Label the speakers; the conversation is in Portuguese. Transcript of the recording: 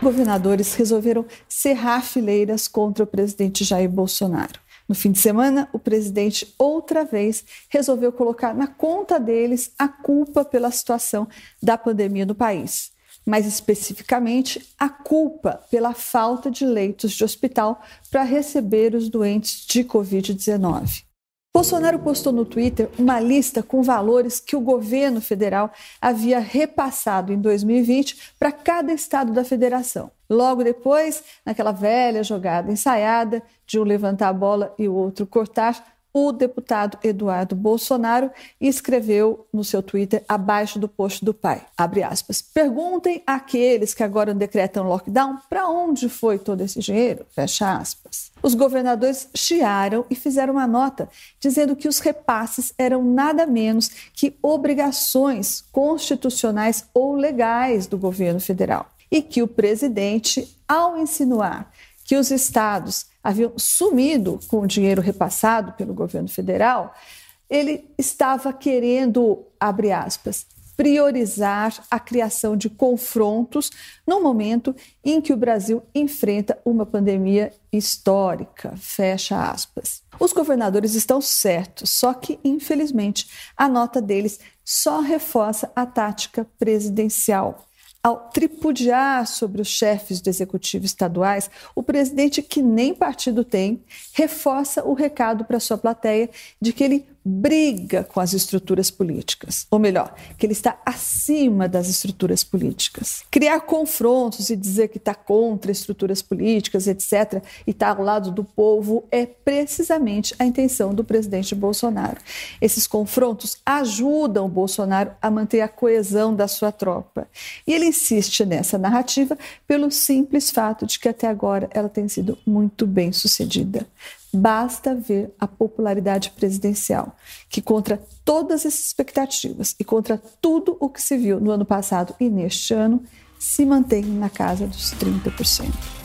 Speaker 1: Governadores resolveram cerrar fileiras contra o presidente Jair Bolsonaro. No fim de semana, o presidente outra vez resolveu colocar na conta deles a culpa pela situação da pandemia no país. Mais especificamente, a culpa pela falta de leitos de hospital para receber os doentes de Covid-19. Bolsonaro postou no Twitter uma lista com valores que o governo federal havia repassado em 2020 para cada estado da federação. Logo depois, naquela velha jogada ensaiada de um levantar a bola e o outro cortar, o deputado Eduardo Bolsonaro escreveu no seu Twitter, abaixo do post do pai, abre aspas, perguntem àqueles que agora decretam lockdown para onde foi todo esse dinheiro, fecha aspas. Os governadores chiaram e fizeram uma nota dizendo que os repasses eram nada menos que obrigações constitucionais ou legais do governo federal e que o presidente, ao insinuar que os estados haviam sumido com o dinheiro repassado pelo governo federal, ele estava querendo, abre aspas, priorizar a criação de confrontos no momento em que o Brasil enfrenta uma pandemia histórica, fecha aspas. Os governadores estão certos, só que, infelizmente, a nota deles só reforça a tática presidencial. Ao tripudiar sobre os chefes do executivo estaduais, o presidente, que nem partido tem, reforça o recado para sua plateia de que ele briga com as estruturas políticas. Ou melhor, que ele está acima das estruturas políticas. Criar confrontos e dizer que está contra estruturas políticas, etc., e está ao lado do povo é precisamente a intenção do presidente Bolsonaro. Esses confrontos ajudam o Bolsonaro a manter a coesão da sua tropa. E ele insiste nessa narrativa pelo simples fato de que até agora ela tem sido muito bem sucedida. Basta ver a popularidade presidencial, que contra todas as expectativas e contra tudo o que se viu no ano passado e neste ano, se mantém na casa dos 30%.